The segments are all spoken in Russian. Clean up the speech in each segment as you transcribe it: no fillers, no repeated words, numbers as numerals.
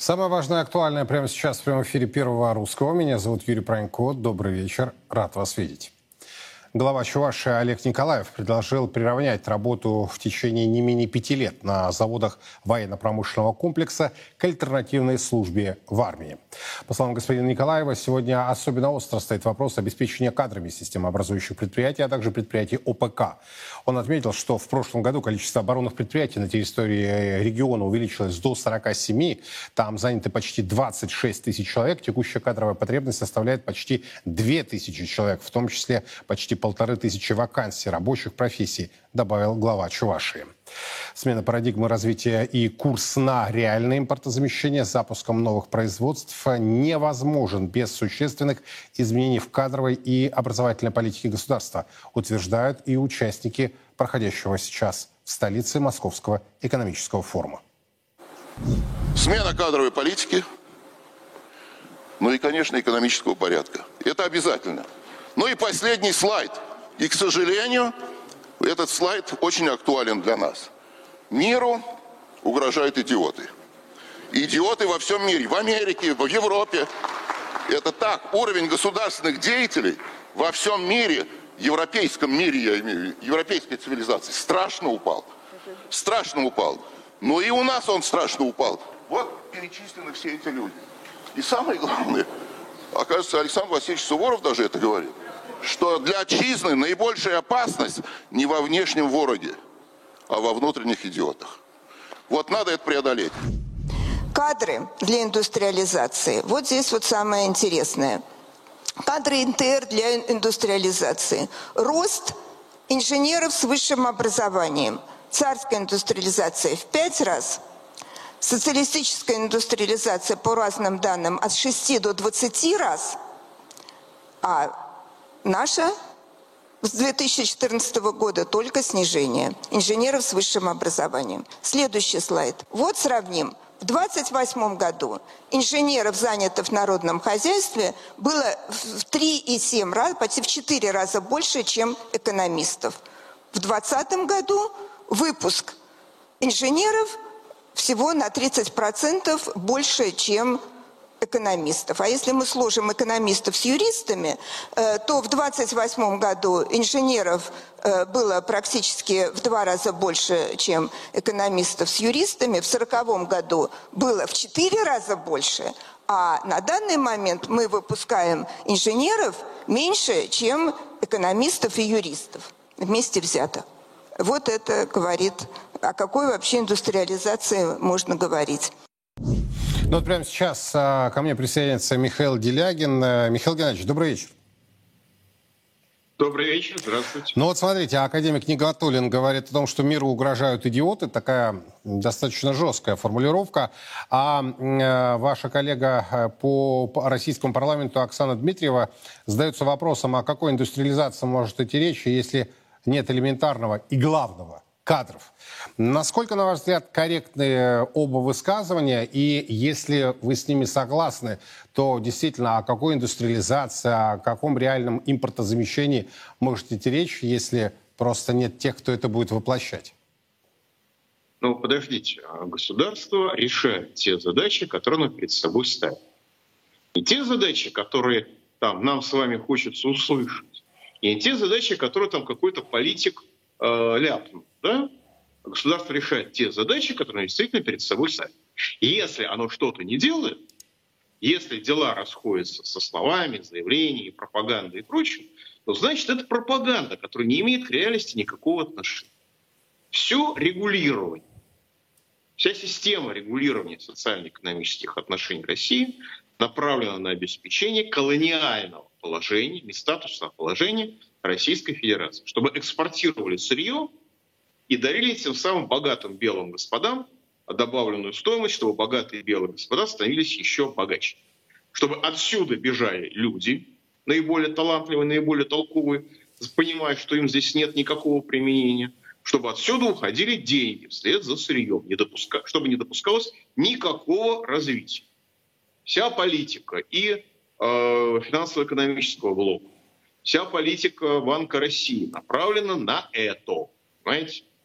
Самое важное и актуальное прямо сейчас в прямом эфире Первого Русского. Меня зовут Юрий Пронько. Добрый вечер. Рад вас видеть. Глава Чувашии Олег Николаев предложил приравнять работу в течение не менее 5 лет на заводах военно-промышленного комплекса к альтернативной службе в армии. По словам господина Николаева, сегодня особенно остро стоит вопрос обеспечения кадрами системообразующих предприятий, а также предприятий ОПК. Он отметил, что в прошлом году количество оборонных предприятий на территории региона увеличилось до 47. Там заняты почти 26 тысяч человек. Текущая кадровая потребность составляет почти 2000 человек, в том числе почти 1500 вакансий рабочих профессий, добавил глава Чувашии. Смена парадигмы развития и курс на реальное импортозамещение с запуском новых производств невозможен без существенных изменений в кадровой и образовательной политике государства, утверждают и участники проходящего сейчас в столице Московского экономического форума. Смена кадровой политики, ну и, конечно, экономического порядка. Это обязательно. Ну и последний слайд. И, к сожалению, этот слайд очень актуален для нас. Миру угрожают идиоты. Идиоты во всем мире. В Америке, в Европе. Это так. Уровень государственных деятелей во всем мире, европейском мире, я имею в виду, европейской цивилизации, страшно упал. Страшно упал. Но и у нас он страшно упал. Вот перечислены все эти люди. И самое главное, оказывается, Александр Васильевич Суворов даже это говорит, что для отчизны наибольшая опасность не во внешнем вороге, а во внутренних идиотах. Вот надо это преодолеть. Кадры для индустриализации. Вот здесь вот самое интересное. Кадры НТР для индустриализации. Рост инженеров с высшим образованием. Царская индустриализация в 5 раз. Социалистическая индустриализация, по разным данным, от 6 до 20 раз. А наша с 2014 года только снижение инженеров с высшим образованием. Следующий слайд. Вот сравним. В 2028 году инженеров, занятых в народном хозяйстве, было в 3,7 раза, почти в 4 раза больше, чем экономистов. В 2020 году выпуск инженеров всего на 30% больше, чем экономистов. А если мы сложим экономистов с юристами, то в 2028 году инженеров было практически в 2 раза больше, чем экономистов с юристами. В 2040 году было в 4 раза больше. А на данный момент мы выпускаем инженеров меньше, чем экономистов и юристов вместе взятых. Вот это говорит, о какой вообще индустриализации можно говорить. Ну вот прямо сейчас ко мне присоединится Михаил Делягин. Михаил Геннадьевич, добрый вечер. Добрый вечер, здравствуйте. Ну вот смотрите, академик Нигматуллин говорит о том, что миру угрожают идиоты. Такая достаточно жесткая формулировка. А ваша коллега по российскому парламенту Оксана Дмитриева задается вопросом, о какой индустриализации может идти речь, если нет элементарного и главного – кадров. Насколько, на ваш взгляд, корректны оба высказывания? И если вы с ними согласны, то действительно о какой индустриализации, о каком реальном импортозамещении может идти речь, если просто нет тех, кто это будет воплощать? Ну, подождите. Государство решает те задачи, которые оно перед собой ставит. И те задачи, которые там нам с вами хочется услышать, и те задачи, которые там какой-то политик ляпнул. Да? Государство решает те задачи, которые оно действительно перед собой ставит. И если оно что-то не делает, если дела расходятся со словами, заявлениями, пропагандой и прочим, то значит это пропаганда, которая не имеет к реальности никакого отношения. Все регулирование, вся система регулирования социально-экономических отношений России направлена на обеспечение колониального положения, не статусного положения Российской Федерации, чтобы экспортировали сырье и дарили тем самым богатым белым господам добавленную стоимость, чтобы богатые белые господа становились еще богаче. Чтобы отсюда бежали люди, наиболее талантливые, наиболее толковые, понимая, что им здесь нет никакого применения, чтобы отсюда уходили деньги вслед за сырьем, чтобы не допускалось никакого развития. Вся политика и финансово-экономического блока, вся политика Банка России направлена на это. Понимаете?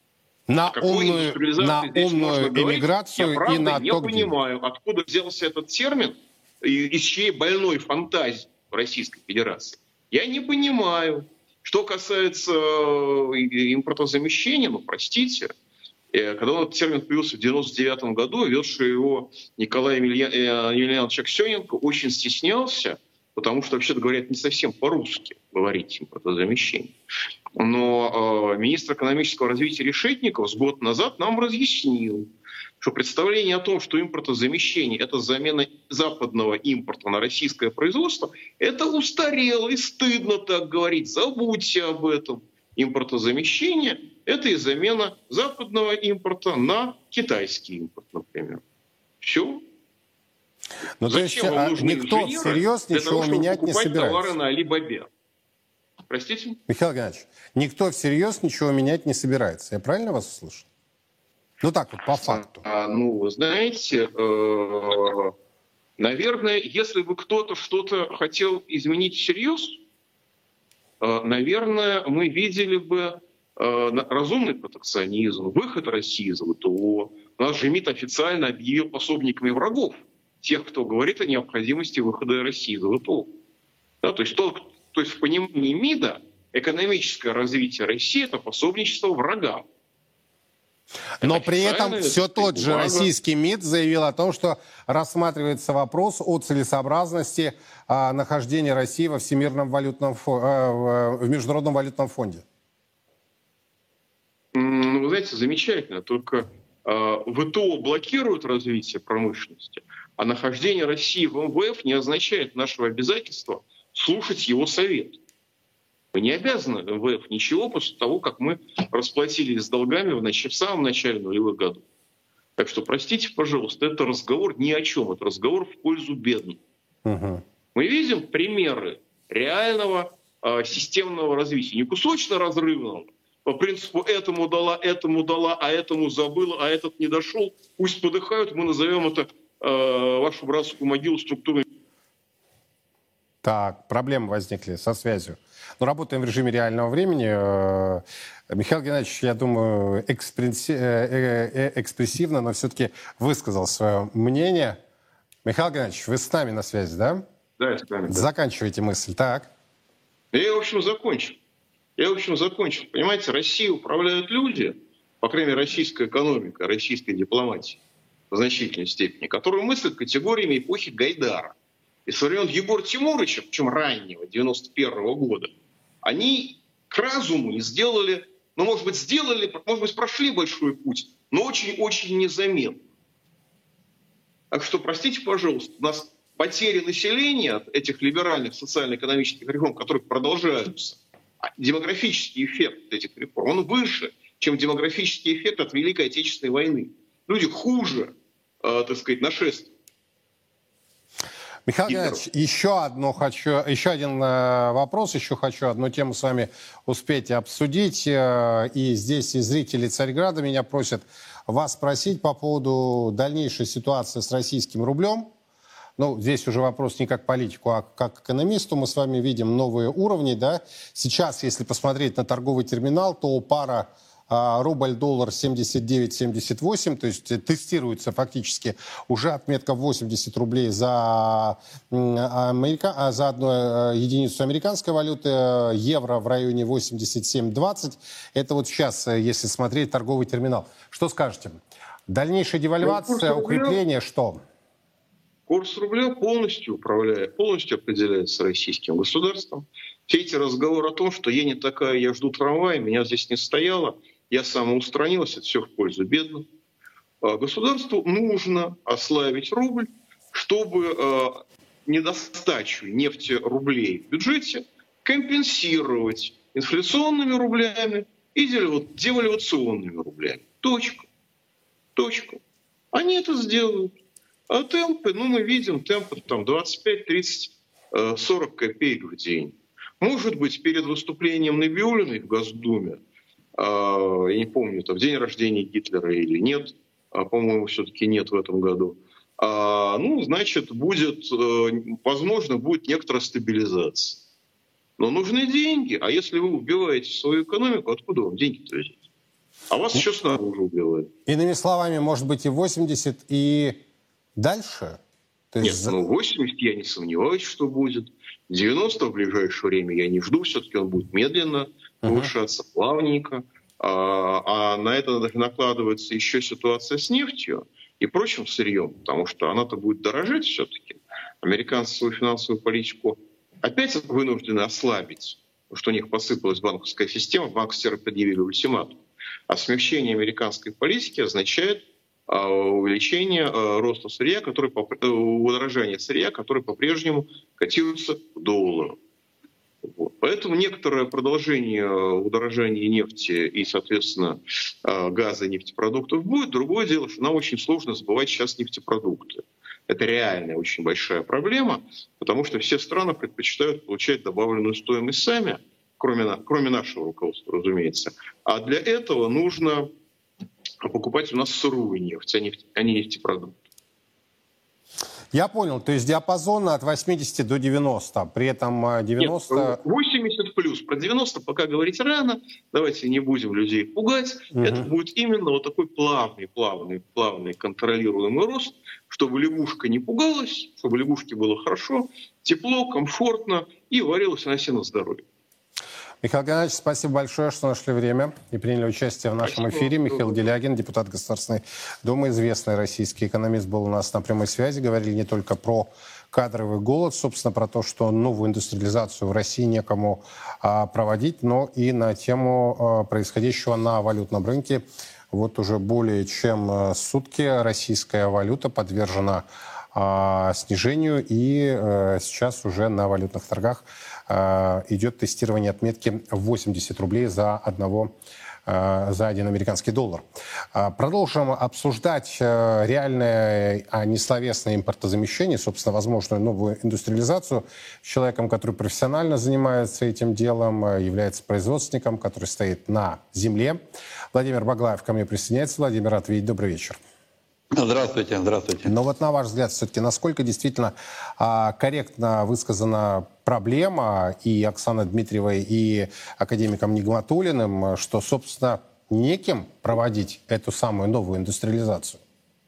На Какой индустриализации здесь можно говорить? эмиграцию Я правда и на не то, где... понимаю, откуда взялся этот термин, из чьей больной фантазии в Российской Федерации. Я не понимаю. Что касается импортозамещения, ну, простите, когда этот термин появился в 1999 году, ведший его Николай Емельянович Аксененко очень стеснялся, потому что, вообще-то говоря, это не совсем по-русски говорить импортозамещение. Но министр экономического развития Решетников с год назад нам разъяснил, что представление о том, что импортозамещение – это замена западного импорта на российское производство, это устарело и стыдно так говорить. Забудьте об этом. Импортозамещение – это и замена западного импорта на китайский импорт, например. Все. Ну, то есть никто всерьез ничего менять не собирается. Товары на Алибабе. Простите? Михаил Геннадьевич, никто всерьез ничего менять не собирается. Я правильно вас услышал? Ну так вот, по факту. Ну, вы знаете, наверное, если бы кто-то что-то хотел изменить всерьез, наверное, мы видели бы разумный протекционизм, выход России из ВТО. Нас же МИД официально объявил пособниками врагов, тех, кто говорит о необходимости выхода России из ВТО. Да, то есть в понимании МИДа экономическое развитие России – это пособничество врагам. Но при этом все тот же российский МИД заявил о том, что рассматривается вопрос о целесообразности нахождения России в Международном валютном фонде. Ну, вы знаете, замечательно. Только ВТО блокирует развитие промышленности, а нахождение России в МВФ не означает нашего обязательства слушать его совет. Мы не обязаны МВФ ничего после того, как мы расплатились с долгами в самом начале нулевых годов. Так что, простите, пожалуйста, это разговор ни о чем. Это разговор в пользу бедных. Мы видим примеры реального системного развития. Не кусочно-разрывного. По принципу этому дала, а этому забыла, а этот не дошел. Пусть подыхают, мы назовем это вашу братскую могилу структурой. Так, проблемы возникли со связью. Но работаем в режиме реального времени. Михаил Геннадьевич, я думаю, экспрессивно, но все-таки высказал свое мнение. Михаил Геннадьевич, вы с нами на связи, да? Да, я с вами. Да. Заканчивайте мысль. Так. Я, в общем, закончил. Понимаете, Россией управляют люди, по крайней мере, российская экономика, российская дипломатия в значительной степени, которые мыслят категориями эпохи Гайдара. И со времен Егора Тимуровича, причем раннего, 91-го года, они к разуму не сделали, ну, может быть, прошли большой путь, но очень-очень незаметно. Так что, простите, пожалуйста, у нас потери населения от этих либеральных социально-экономических реформ, которые продолжаются, а демографический эффект этих реформ, он выше, чем демографический эффект от Великой Отечественной войны. Люди хуже, так сказать, нашествуют. Михаил Геннадьевич, еще один вопрос, еще хочу одну тему с вами успеть обсудить. И здесь и зрители Царьграда меня просят вас спросить по поводу дальнейшей ситуации с российским рублем. Ну, здесь уже вопрос не как политику, а как экономисту. Мы с вами видим новые уровни, да. Сейчас, если посмотреть на торговый терминал, то пара рубль-доллар 79-78, то есть тестируется фактически уже отметка 80 рублей за одну единицу американской валюты, евро в районе 87-20. Это вот сейчас, если смотреть торговый терминал. Что скажете? Дальнейшая девальвация, укрепление, что? Курс рубля полностью определяется российским государством. Все эти разговоры о том, что я не такая, я жду трамвая, меня здесь не стояло, я самоустранился, это все в пользу бедных. Государству нужно ослабить рубль, чтобы недостачу нефтерублей в бюджете компенсировать инфляционными рублями и девальвационными рублями. Точка. Они это сделают. А темпы, мы видим темпы там 25, 30, 40 копеек в день. Может быть, перед выступлением Набиуллиной в Госдуме, я не помню, это в день рождения Гитлера или нет, по-моему, все-таки нет в этом году, значит, возможно, будет некоторая стабилизация. Но нужны деньги, а если вы убиваете свою экономику, откуда вам деньги-то взять? А вас еще снаружи убивают. Иными словами, может быть и 80, и дальше? То есть... Нет, 80 я не сомневаюсь, что будет. 90 в ближайшее время я не жду. Все-таки он будет медленно повышаться, плавненько. А на это накладывается еще ситуация с нефтью и прочим сырьем, потому что она-то будет дорожать все-таки. Американцы свою финансовую политику опять вынуждены ослабить, потому что у них посыпалась банковская система, банкстеры предъявили ультиматум. А смягчение американской политики означает увеличение роста сырья, удорожание сырья, который по-прежнему котируется к доллару. Вот. Поэтому некоторое продолжение удорожания нефти и, соответственно, газа и нефтепродуктов будет. Другое дело, что нам очень сложно забывать сейчас нефтепродукты. Это реальная очень большая проблема, потому что все страны предпочитают получать добавленную стоимость сами, кроме нашего руководства, разумеется. А для этого нужно покупать у нас сырую нефть, а не нефтепродукты. Я понял, то есть диапазон от 80 до 90, при этом 90... Нет, 80 плюс, про 90 пока говорить рано, давайте не будем людей пугать, это будет именно вот такой плавный контролируемый рост, чтобы лягушка не пугалась, чтобы лягушке было хорошо, тепло, комфортно и варилась она себе на здоровье. Михаил Геннадьевич, спасибо большое, что нашли время и приняли участие в нашем эфире. Михаил Делягин, депутат Государственной Думы, известный российский экономист, был у нас на прямой связи. Говорили не только про кадровый голод, собственно, про то, что новую индустриализацию в России некому проводить, но и на тему происходящего на валютном рынке. Вот уже более чем сутки российская валюта подвержена снижению, и сейчас уже на валютных торгах идет тестирование отметки 80 рублей за один американский доллар. Продолжим обсуждать реальное, а не словесное импортозамещение, собственно, возможную новую индустриализацию с человеком, который профессионально занимается этим делом, является производственником, который стоит на земле. Владимир Баглаев ко мне присоединяется. Владимир, рад видеть. Добрый вечер. Здравствуйте, здравствуйте. Но вот на ваш взгляд, все-таки, насколько действительно корректно высказана проблема и Оксаной Дмитриевой, и академиком Нигматуллиным, что, собственно, неким проводить эту самую новую индустриализацию?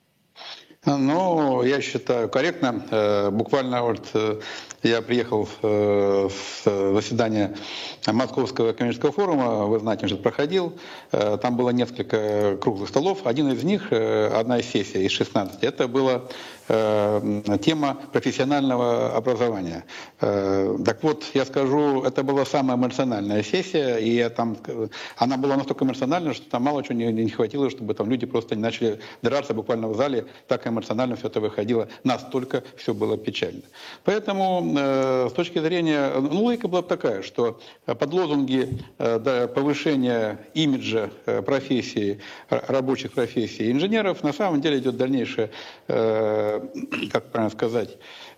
Ну, я считаю, корректно. Буквально вот я приехал с заседания Московского экономического форума, вы знаете, что проходил. Там было несколько круглых столов. Один из них, одна из сессий из 16, это была тема профессионального образования. Так вот, я скажу, это была самая эмоциональная сессия, и она была настолько эмоциональна, что там мало чего не хватило, чтобы там люди просто не начали драться буквально в зале, так эмоционально все это выходило, настолько все было печально. Поэтому с точки зрения, логика была такая, что под лозунги повышения имиджа профессии, рабочих профессий инженеров, на самом деле идет дальнейшее, как правильно сказать,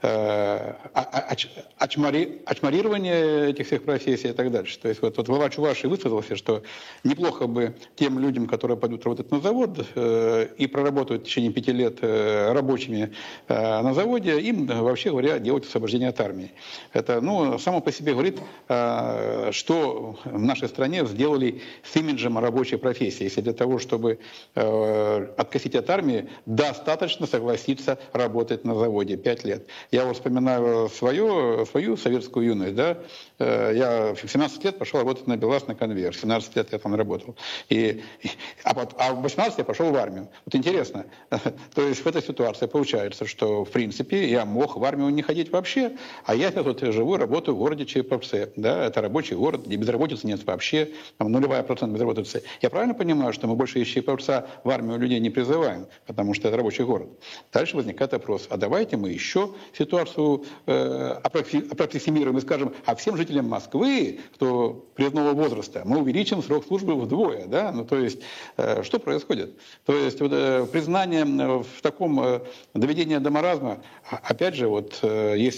очмарирование этих всех профессий и так дальше. То есть вот глава Чувашии высказался, что неплохо бы тем людям, которые пойдут работать на завод и проработают в течение 5 лет рабочими на заводе, им, вообще говоря, делать освобождение от армии. Это, само по себе говорит, что в нашей стране сделали с имиджем рабочей профессии. Если для того, чтобы откосить от армии, достаточно согласиться работать на заводе 5 лет. Я вот вспоминаю свою советскую юность. Да? Я в 17 лет пошел работать на БелАЗ на конвейер. В 17 лет я там работал. А в 18 я пошел в армию. Вот интересно. То есть в этой ситуации получается, что в принципе я мог в армию не ходить вообще, а я тут живу, работаю в городе Чайковце. Да? Это рабочий город, где безработицы нет вообще, там 0% безработицы. Я правильно понимаю, что мы больше из Чайковца в армию людей не призываем, потому что это рабочий город? Дальше возникает вопрос, а давайте мы еще ситуацию аппроксимируем и скажем, а всем жителям Москвы, кто призывного возраста, мы увеличим срок службы вдвое. Да? То есть, что происходит? То есть, признание в таком доведении до маразма, опять же, если смотреть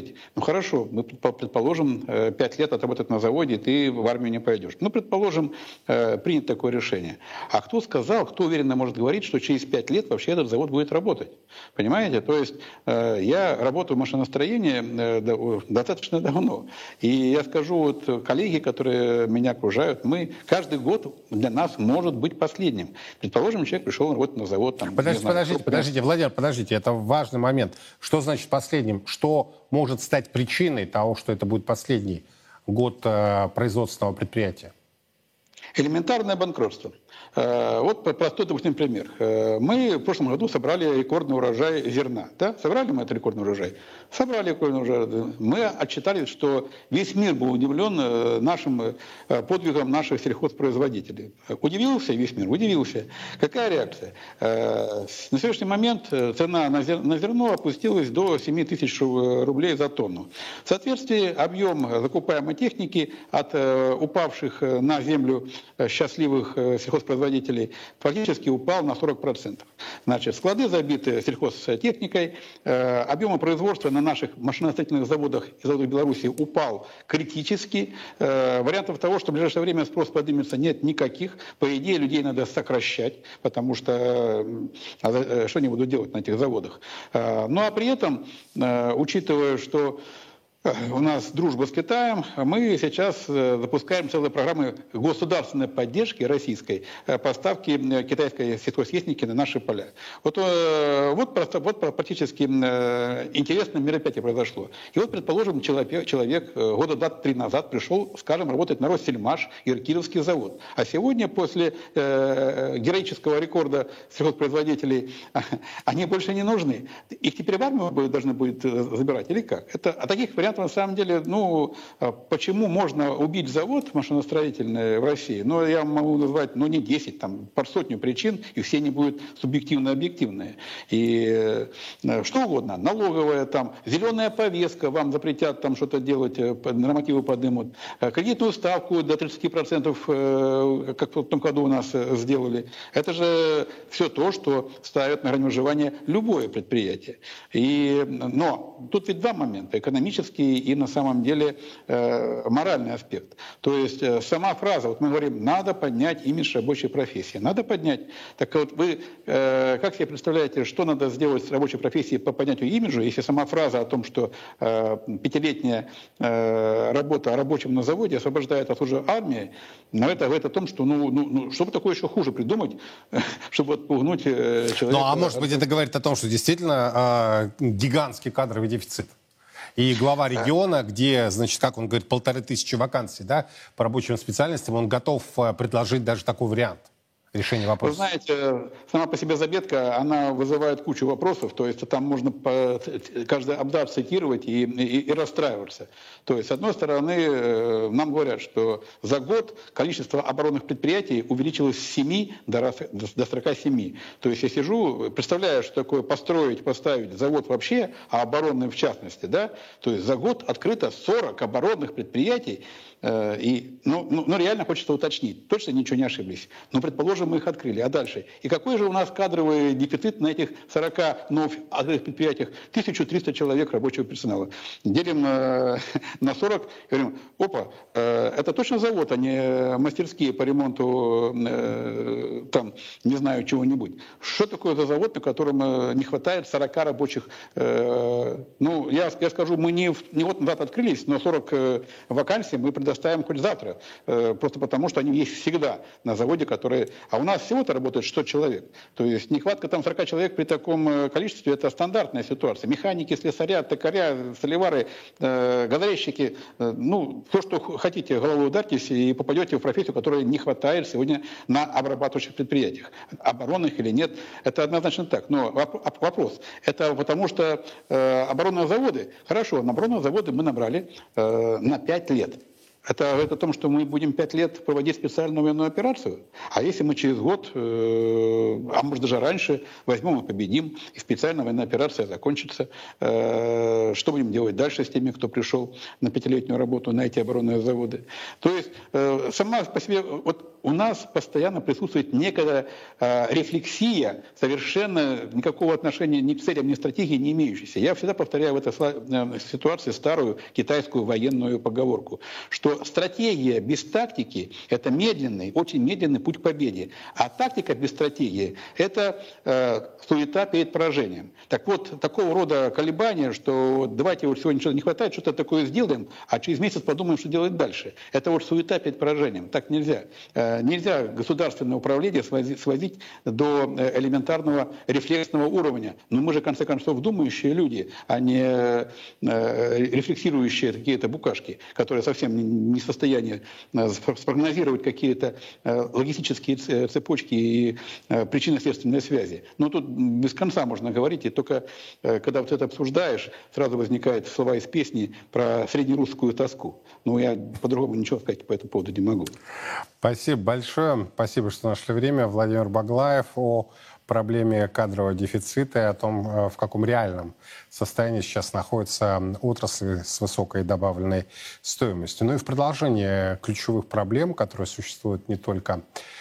посмотреть, ну хорошо, мы предположим, 5 лет отработать на заводе, и ты в армию не пойдешь. Ну, предположим, принято такое решение. А кто сказал, кто уверенно может говорить, что через 5 лет вообще этот завод будет работать? Понимаете? То есть я работаю в машиностроении достаточно давно. И я скажу, вот коллеги, которые меня окружают, мы каждый год для нас может быть последним. Предположим, человек пришел работать на завод. Там, Подождите, Владимир, это важный момент. Что значит последним? Что может стать причиной того, что это будет последний год производственного предприятия? Элементарное банкротство. Вот простой, допустим, пример. Мы в прошлом году собрали рекордный урожай зерна. Да? Собрали мы этот рекордный урожай? Собрали рекордный урожай. Мы отчитали, что весь мир был удивлен нашим подвигом наших сельхозпроизводителей. Удивился весь мир? Удивился. Какая реакция? На сегодняшний момент цена на зерно опустилась до 7 тысяч рублей за тонну. В соответствии, объем закупаемой техники от упавших на землю счастливых сельхозпроизводителей фактически упал на 40%. Значит, склады забиты сельхозтехникой, объемы производства на наших машиностроительных заводах и заводах Беларуси упал критически. Вариантов того, что в ближайшее время спрос поднимется, нет никаких. По идее, людей надо сокращать, потому что что они будут делать на этих заводах? Ну а при этом, учитывая, что у нас дружба с Китаем, мы сейчас запускаем целые программы государственной поддержки российской поставки китайской сельхозтехники на наши поля. Вот практически интересное мероприятие произошло. И вот, предположим, человек года 2-3 назад пришел, скажем, работать на Россельмаш, Иркировский завод. А сегодня, после героического рекорда сельхозпроизводителей, они больше не нужны. Их теперь в армию должны будет забирать или как? А таких вариантов на самом деле, почему можно убить завод машиностроительный в России? Я могу назвать, не 10, там, par сотню причин, и все они будут субъективно-объективные. И что угодно, налоговая, там, зеленая повестка, вам запретят там что-то делать, нормативы поднимут, кредитную ставку до 30%, как в том году у нас сделали. Это же все то, что ставит на грани выживания любое предприятие. Но тут ведь два момента: экономический и на самом деле моральный аспект. То есть сама фраза, вот мы говорим, надо поднять имидж рабочей профессии. Надо поднять. Так вот вы как себе представляете, что надо сделать с рабочей профессией по поднятию имиджа, если сама фраза о том, что 5-летняя работа рабочим на заводе освобождает от службы армии, но это говорит о том, что что бы такое еще хуже придумать, чтобы отпугнуть человека. А может быть, это говорит о том, что действительно гигантский кадровый дефицит. И глава региона, где, значит, как он говорит, 1500 вакансий, да, по рабочим специальностям, он готов предложить даже такой вариант решения вопроса. Вы знаете, сама по себе заметка, она вызывает кучу вопросов, то есть там можно каждый абзац цитировать и расстраиваться. То есть, с одной стороны, нам говорят, что за год количество оборонных предприятий увеличилось с 7 до 47. То есть я сижу, представляю, что такое поставить завод вообще, а оборонный в частности, да, то есть за год открыто 40 оборонных предприятий, и, реально хочется уточнить, точно ничего не ошиблись. Но, предположим, мы их открыли. А дальше? И какой же у нас кадровый дефицит на этих 40 новых открытых предприятиях? 1300 человек рабочего персонала. Делим на 40, говорим, это точно завод, а не мастерские по ремонту, там, не знаю, чего-нибудь. Что такое за завод, на котором не хватает 40 рабочих? Я скажу, мы не вот назад открылись, но 40 вакансий мы предоставим хоть завтра, просто потому, что они есть всегда на заводе, который... А у нас всего-то работает 100 человек. То есть нехватка там 40 человек при таком количестве — это стандартная ситуация. Механики, слесаря, токаря, солевары, газорезчики, то, что хотите, головой ударьтесь и попадете в профессию, которой не хватает сегодня на обрабатывающих предприятиях. Оборонных или нет, это однозначно так. Но вопрос, это потому что оборонные заводы, хорошо, на оборонные заводы мы набрали на 5 лет. Это говорит о том, что мы будем 5 лет проводить специальную военную операцию. А если мы через год, а может даже раньше, возьмем и победим, и специальная военная операция закончится, что будем делать дальше с теми, кто пришел на 5-летнюю работу на эти оборонные заводы? То есть сама по себе, вот у нас постоянно присутствует некая рефлексия, совершенно никакого отношения ни к целям, ни к стратегии не имеющейся. Я всегда повторяю в этой ситуации старую китайскую военную поговорку, что стратегия без тактики – это медленный, очень медленный путь к победе. А тактика без стратегии – это суета перед поражением. Так вот, такого рода колебания, что давайте вот сегодня что-то не хватает, что-то такое сделаем, а через месяц подумаем, что делать дальше. Это вот суета перед поражением. Так нельзя. Нельзя государственное управление свозить до элементарного рефлексного уровня. Но мы же, в конце концов, думающие люди, а не рефлексирующие какие-то букашки, которые совсем не в состоянии спрогнозировать какие-то логистические цепочки и причинно-следственные связи. Но тут без конца можно говорить, и только когда вот это обсуждаешь, сразу возникают слова из песни про среднерусскую тоску. Но я по-другому ничего сказать по этому поводу не могу. Спасибо большое. Спасибо, что нашли время. Владимир Баглаев о проблеме кадрового дефицита и о том, в каком реальном состоянии сейчас находится отрасль с высокой добавленной стоимостью. Ну и в продолжение ключевых проблем, которые существуют не только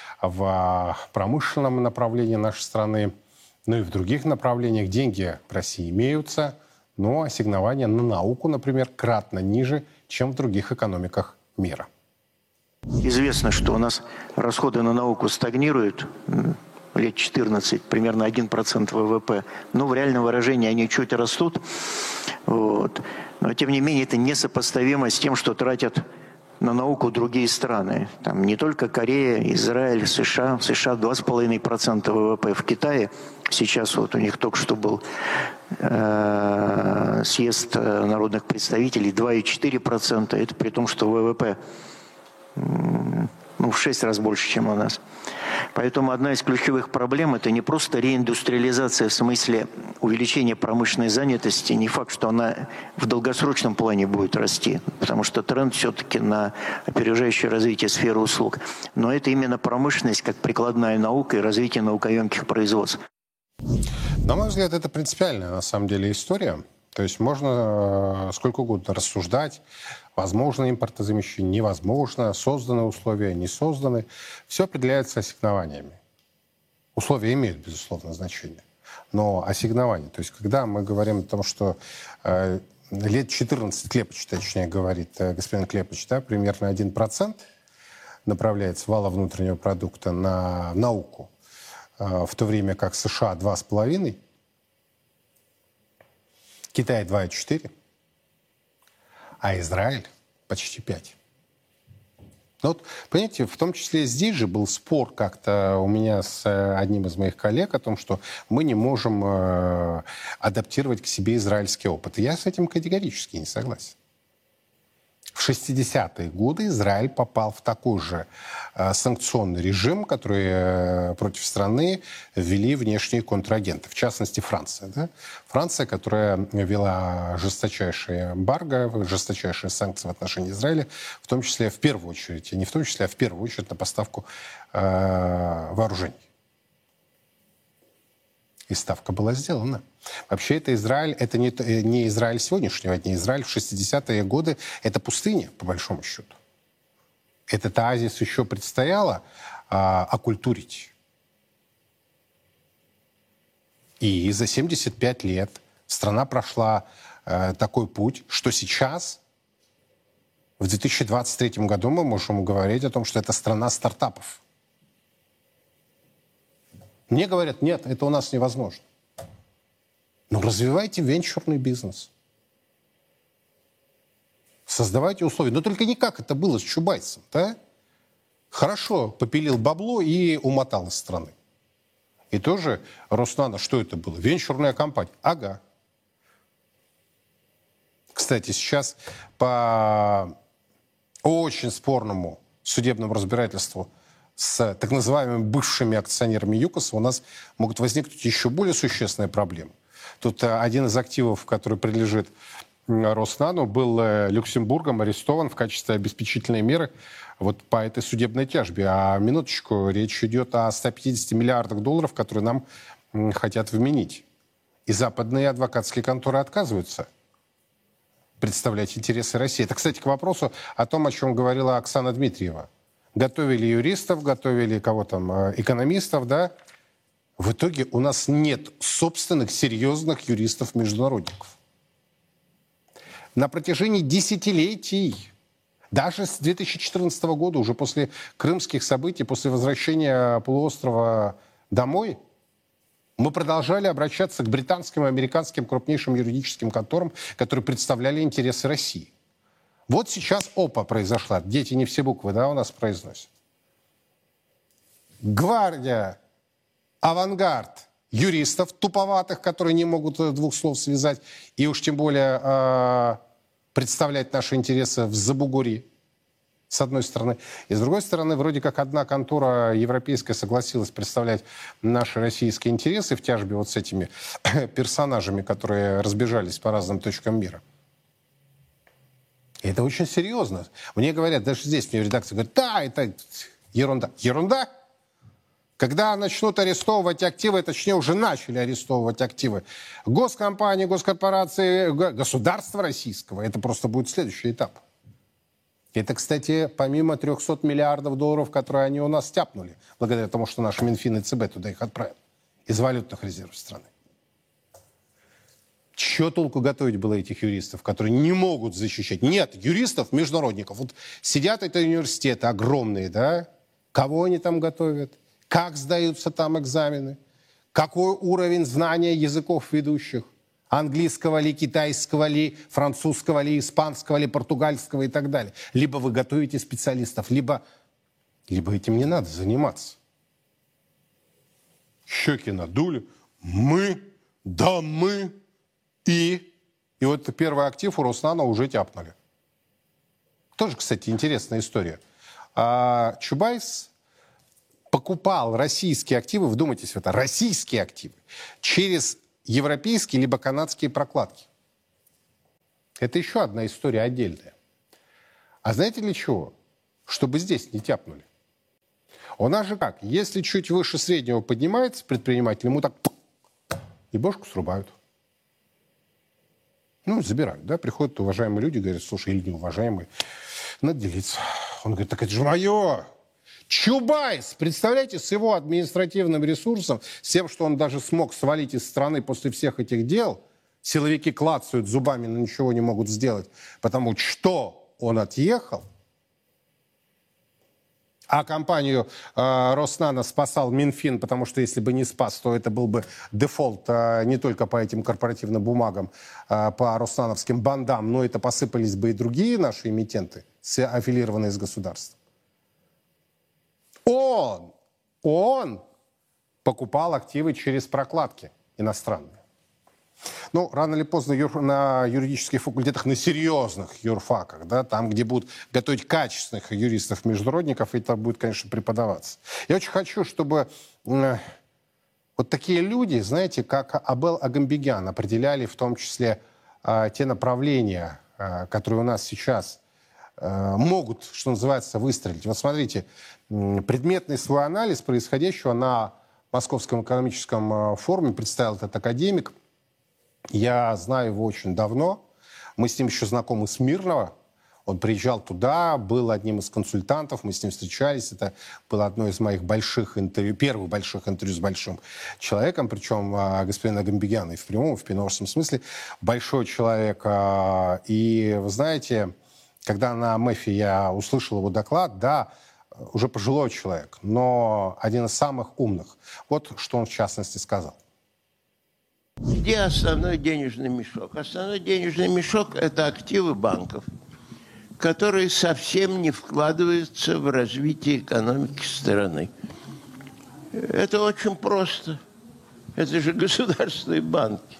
в промышленном направлении нашей страны, но и в других направлениях. Деньги в России имеются, но ассигнования на науку, например, кратно ниже, чем в других экономиках мира. Известно, что у нас расходы на науку стагнируют лет 14, примерно 1% ВВП. Но в реальном выражении они чуть растут. Вот. Но, тем не менее, это несопоставимо с тем, что тратят на науку другие страны. Там не только Корея, Израиль, США. В США 2,5% ВВП. В Китае сейчас вот у них только что был съезд народных представителей 2,4%. Это при том, что ВВП в 6 раз больше, чем у нас. Поэтому одна из ключевых проблем – это не просто реиндустриализация в смысле увеличения промышленной занятости. Не факт, что она в долгосрочном плане будет расти, потому что тренд все-таки на опережающее развитие сферы услуг. Но это именно промышленность как прикладная наука и развитие наукоемких производств. На мой взгляд, это принципиальная на самом деле история. То есть можно сколько угодно рассуждать, возможно импортозамещение, невозможно, созданы условия, не созданы. Все определяется ассигнованиями. Условия имеют, безусловно, значение. Но ассигнования, то есть когда мы говорим о том, что лет 14, Клепыч, точнее, говорит господин Клепыч, да, примерно 1% направляется вала внутреннего продукта на науку, в то время как США 2,5%, Китай 2,4%, а Израиль почти 5%. Ну вот, понимаете, в том числе здесь же был спор как-то у меня с одним из моих коллег о том, что мы не можем адаптировать к себе израильский опыт. И я с этим категорически не согласен. В 60-е годы Израиль попал в такой же санкционный режим, который против страны ввели внешние контрагенты, в частности Франция. Да? Франция, которая ввела жесточайшие эмбарго, жесточайшие санкции в отношении Израиля, в том числе, в первую очередь, не в том числе, а в первую очередь на поставку вооружений. И ставка была сделана. Вообще это Израиль, это не Израиль сегодняшнего дня. Израиль в 60-е годы – это пустыня, по большому счету. Этот оазис еще предстояло окультурить. И за 75 лет страна прошла такой путь, что сейчас, в 2023 году, мы можем говорить о том, что это страна стартапов. Мне говорят, нет, это у нас невозможно. Но развивайте венчурный бизнес. Создавайте условия. Но только не как это было с Чубайсом, да? Хорошо, попилил бабло и умотал из страны. И тоже Роснано, что это было? Венчурная компания. Ага. Кстати, сейчас по очень спорному судебному разбирательству с так называемыми бывшими акционерами ЮКОСа у нас могут возникнуть еще более существенные проблемы. Тут один из активов, который принадлежит Роснано был Люксембургом арестован в качестве обеспечительной меры вот по этой судебной тяжбе. А минуточку, речь идет о 150 миллиардах долларов, которые нам хотят вменить. И западные адвокатские конторы отказываются представлять интересы России. Это, кстати, к вопросу о том, о чем говорила Оксана Дмитриева. Готовили юристов, готовили кого там, экономистов, да? В итоге у нас нет собственных серьезных юристов-международников. На протяжении десятилетий, даже с 2014 года, уже после крымских событий, после возвращения полуострова домой, мы продолжали обращаться к британским и американским крупнейшим юридическим конторам, которые представляли интересы России. Вот сейчас ОПА произошла. Дети не все буквы, да, у нас произносят. Гвардия, авангард юристов туповатых, которые не могут двух слов связать, и уж тем более представлять наши интересы в Забугорье, с одной стороны. И с другой стороны, вроде как одна контора европейская согласилась представлять наши российские интересы в тяжбе вот с этими персонажами, которые разбежались по разным точкам мира. И это очень серьезно. Мне говорят, даже здесь мне в редакции говорят, да, это ерунда. Ерунда? Когда начнут арестовывать активы, точнее уже начали арестовывать активы госкомпании, госкорпорации, государства российского, это просто будет следующий этап. Это, кстати, помимо 300 миллиардов долларов, которые они у нас тяпнули, благодаря тому, что наш Минфин и ЦБ туда их отправил, из валютных резервов страны. Чего толку готовить было этих юристов, которые не могут защищать? Нет, юристов-международников. Вот сидят эти университеты огромные, да? Кого они там готовят? Как сдаются там экзамены? Какой уровень знания языков ведущих? Английского ли, китайского ли, французского ли, испанского ли, португальского и так далее. Либо вы готовите специалистов, либо этим не надо заниматься. Щеки надули. Мы, да мы. И вот первый актив у Роснано уже тяпнули. Тоже, кстати, интересная история. Чубайс покупал российские активы, вдумайтесь в это, российские активы, через европейские либо канадские прокладки. Это еще одна история отдельная. А знаете для чего? Чтобы здесь не тяпнули. У нас же как? Если чуть выше среднего поднимается предприниматель, ему так и бошку срубают. Ну, забирают, да? Приходят уважаемые люди, говорят, слушай, или неуважаемые, надо делиться. Он говорит, так это же мое. Чубайс, представляете, с его административным ресурсом, с тем, что он даже смог свалить из страны после всех этих дел, силовики клацают зубами, но ничего не могут сделать, потому что он отъехал, а компанию Роснано спасал Минфин, потому что если бы не спас, то это был бы дефолт не только по этим корпоративным бумагам, по роснановским бандам, но это посыпались бы и другие наши эмитенты, аффилированные с государством. Он покупал активы через прокладки иностранные. Ну, рано или поздно на юридических факультетах, на серьезных юрфаках, да, там, где будут готовить качественных юристов-международников, это будет, конечно, преподаваться. Я очень хочу, чтобы вот такие люди, знаете, как Абел Агамбегян, определяли в том числе те направления, которые у нас сейчас могут, что называется, выстрелить. Вот смотрите, предметный свой анализ происходящего на Московском экономическом форуме представил этот академик. Я знаю его очень давно. Мы с ним еще знакомы с Мирного. Он приезжал туда, был одним из консультантов, мы с ним встречались. Это было одно из моих больших интервью, первых больших интервью с большим человеком, причем господин Агамбегян и в прямом, и в переносном смысле. Большой человек. И вы знаете, когда на МЭФе я услышал его доклад, да, уже пожилой человек, но один из самых умных. Вот что он в частности сказал. Где основной денежный мешок? Основной денежный мешок – это активы банков, которые совсем не вкладываются в развитие экономики страны. Это очень просто. Это же государственные банки.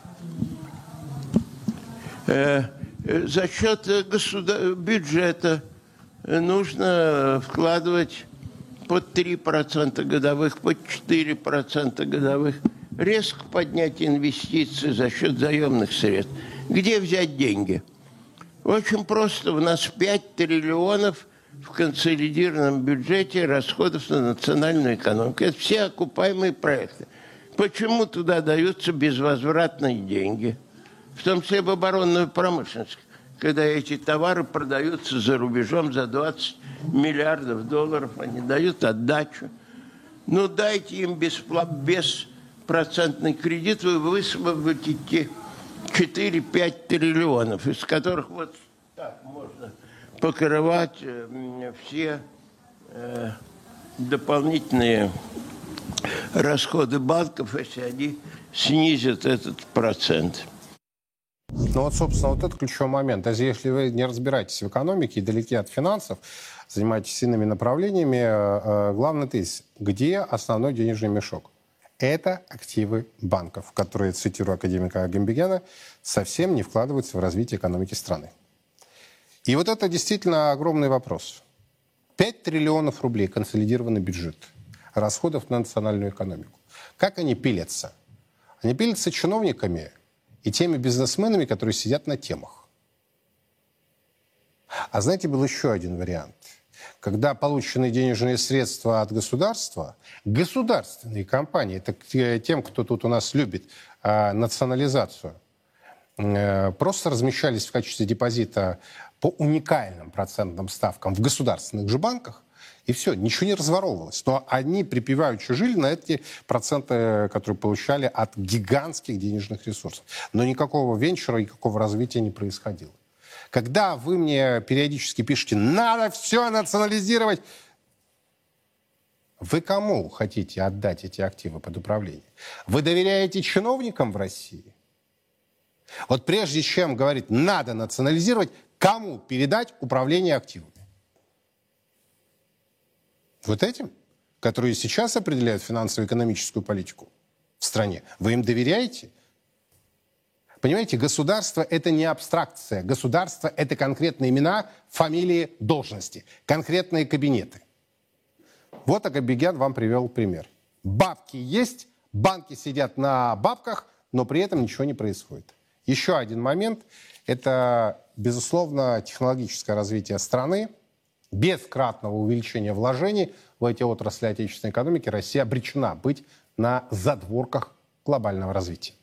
За счет бюджета нужно вкладывать под 3% годовых, под 4% годовых резко поднять инвестиции за счет заемных средств. Где взять деньги? Очень просто. У нас 5 триллионов в консолидированном бюджете расходов на национальную экономику. Это все окупаемые проекты. Почему туда даются безвозвратные деньги? В том числе в оборонную промышленность. Когда эти товары продаются за рубежом за 20 миллиардов долларов, они дают отдачу. Ну, дайте им беспроцентный кредит, вы высвободите 4-5 триллионов, из которых вот так можно покрывать все дополнительные расходы банков, если они снизят этот процент. Ну вот, собственно, вот это ключевой момент. Даже если вы не разбираетесь в экономике и далеки от финансов, занимаетесь иными направлениями, главный тезис. Где основной денежный мешок? Это активы банков, которые, цитирую академика Гамбигяна, совсем не вкладываются в развитие экономики страны. И вот это действительно огромный вопрос. 5 триллионов рублей консолидированный бюджет расходов на национальную экономику. Как они пилятся? Они пилятся чиновниками и теми бизнесменами, которые сидят на темах. А знаете, был еще один вариант. Когда полученные денежные средства от государства, государственные компании, это тем, кто тут у нас любит национализацию, просто размещались в качестве депозита по уникальным процентным ставкам в государственных же банках, и все, ничего не разворовывалось. Но они припеваючи жили на эти проценты, которые получали от гигантских денежных ресурсов. Но никакого венчура, никакого развития не происходило. Когда вы мне периодически пишете, надо все национализировать, вы кому хотите отдать эти активы под управление? Вы доверяете чиновникам в России? Вот прежде чем говорить, надо национализировать, кому передать управление активами? Вот этим, которые сейчас определяют финансово-экономическую политику в стране. Вы им доверяете? Понимаете, государство – это не абстракция. Государство – это конкретные имена, фамилии, должности, конкретные кабинеты. Вот Агабегян вам привел пример. Бабки есть, банки сидят на бабках, но при этом ничего не происходит. Еще один момент – это, безусловно, технологическое развитие страны. Без кратного увеличения вложений в эти отрасли отечественной экономики Россия обречена быть на задворках глобального развития.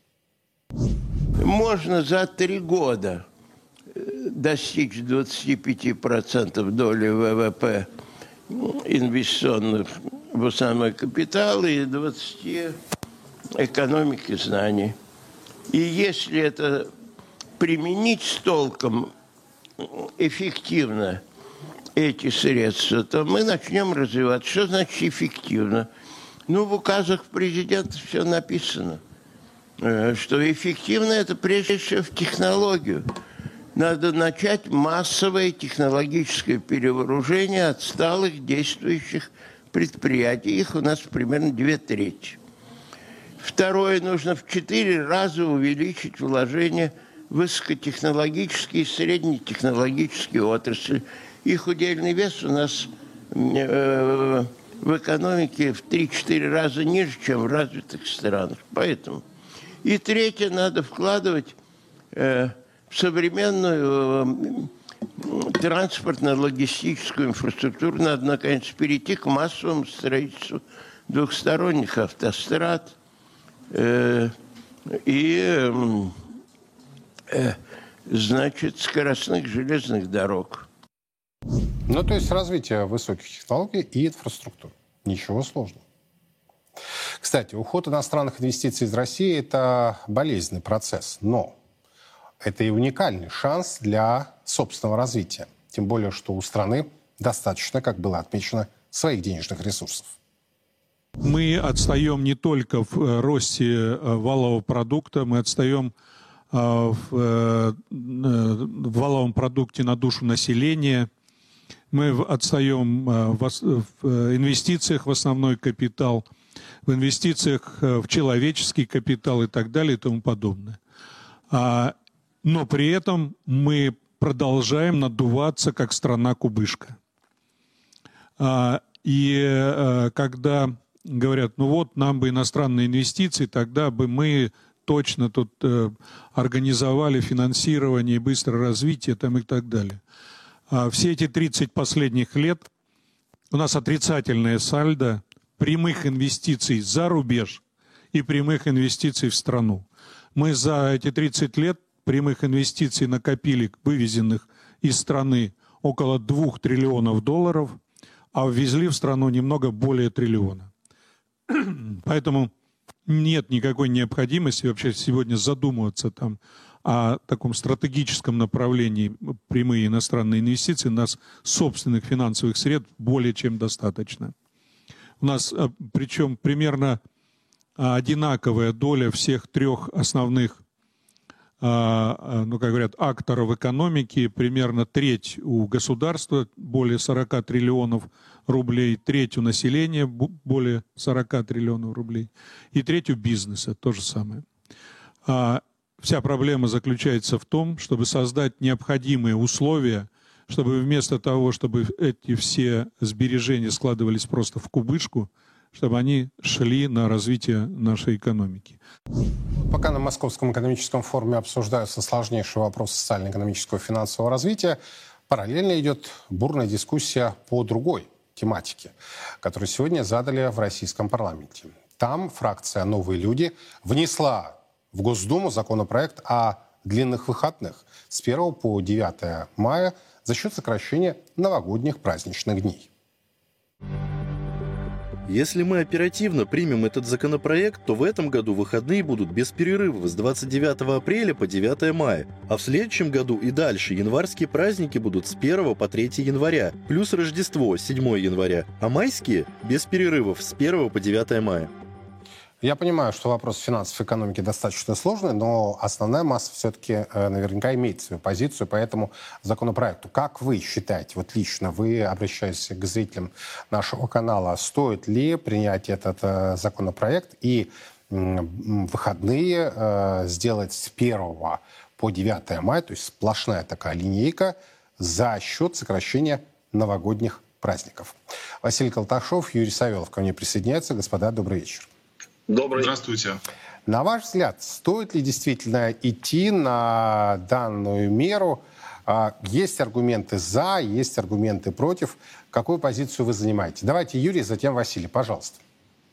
Можно за 3 года достичь 25% доли ВВП инвестиционных в основной капитал и 20% экономики знаний. И если это применить с толком эффективно эти средства, то мы начнем развиваться. Что значит эффективно? Ну, в указах президента все написано. Что эффективно это прежде всего в технологию. Надо начать массовое технологическое перевооружение отсталых действующих предприятий. Их у нас примерно 2/3. Второе, нужно в 4 раза увеличить вложения в высокотехнологические и среднетехнологические отрасли. Их удельный вес у нас в экономике в 3-4 раза ниже, чем в развитых странах. Поэтому. И третье, надо вкладывать в современную транспортно-логистическую инфраструктуру. Надо, наконец, перейти к массовому строительству двухсторонних автострад и, значит, скоростных железных дорог. Ну, то есть развитие высоких технологий и инфраструктуры. Ничего сложного. Кстати, уход иностранных инвестиций из России – это болезненный процесс, но это и уникальный шанс для собственного развития. Тем более, что у страны достаточно, как было отмечено, своих денежных ресурсов. Мы отстаем не только в росте валового продукта, мы отстаем в валовом продукте на душу населения, мы отстаем в инвестициях в основной капитал, в инвестициях в человеческий капитал и так далее и тому подобное. Но при этом мы продолжаем надуваться как страна-кубышка. И когда говорят, ну вот, нам бы иностранные инвестиции, тогда бы мы точно тут организовали финансирование, быстрое развитие там и так далее. Все эти 30 последних лет у нас отрицательное сальдо прямых инвестиций за рубеж и прямых инвестиций в страну. Мы за эти 30 лет прямых инвестиций накопили, вывезенных из страны, около 2 триллионов долларов, а ввезли в страну немного более триллиона. Поэтому нет никакой необходимости вообще сегодня задумываться там о таком стратегическом направлении прямые иностранные инвестиции. У нас собственных финансовых средств более чем достаточно. У нас причем примерно одинаковая доля всех 3 основных, ну, как говорят, акторов экономики, примерно треть у государства, более 40 триллионов рублей, треть у населения, более 40 триллионов рублей, и треть у бизнеса, то же самое. Вся проблема заключается в том, чтобы создать необходимые условия, чтобы вместо того, чтобы эти все сбережения складывались просто в кубышку, чтобы они шли на развитие нашей экономики. Пока на Московском экономическом форуме обсуждаются сложнейшие вопросы социально-экономического и финансового развития, параллельно идет бурная дискуссия по другой тематике, которую сегодня задали в российском парламенте. Там фракция «Новые люди» внесла в Госдуму законопроект о длинных выходных с 1 по 9 мая за счет сокращения новогодних праздничных дней. Если мы оперативно примем этот законопроект, то в этом году выходные будут без перерывов с 29 апреля по 9 мая, а в следующем году и дальше январские праздники будут с 1 по 3 января, плюс Рождество 7 января, а майские без перерывов с 1 по 9 мая. Я понимаю, что вопрос финансов и экономики достаточно сложный, но основная масса все-таки наверняка имеет свою позицию по этому законопроекту. Как вы считаете, вот лично вы, обращаясь к зрителям нашего канала, стоит ли принять этот законопроект и выходные сделать с 1 по 9 мая, то есть сплошная такая линейка, за счет сокращения новогодних праздников? Василий Колташов, Юрий Савелов ко мне присоединяются. Господа, добрый вечер. Добрый. Здравствуйте. На ваш взгляд, стоит ли действительно идти на данную меру? Есть аргументы за, есть аргументы против. Какую позицию вы занимаете? Давайте Юрий, затем Василий, пожалуйста.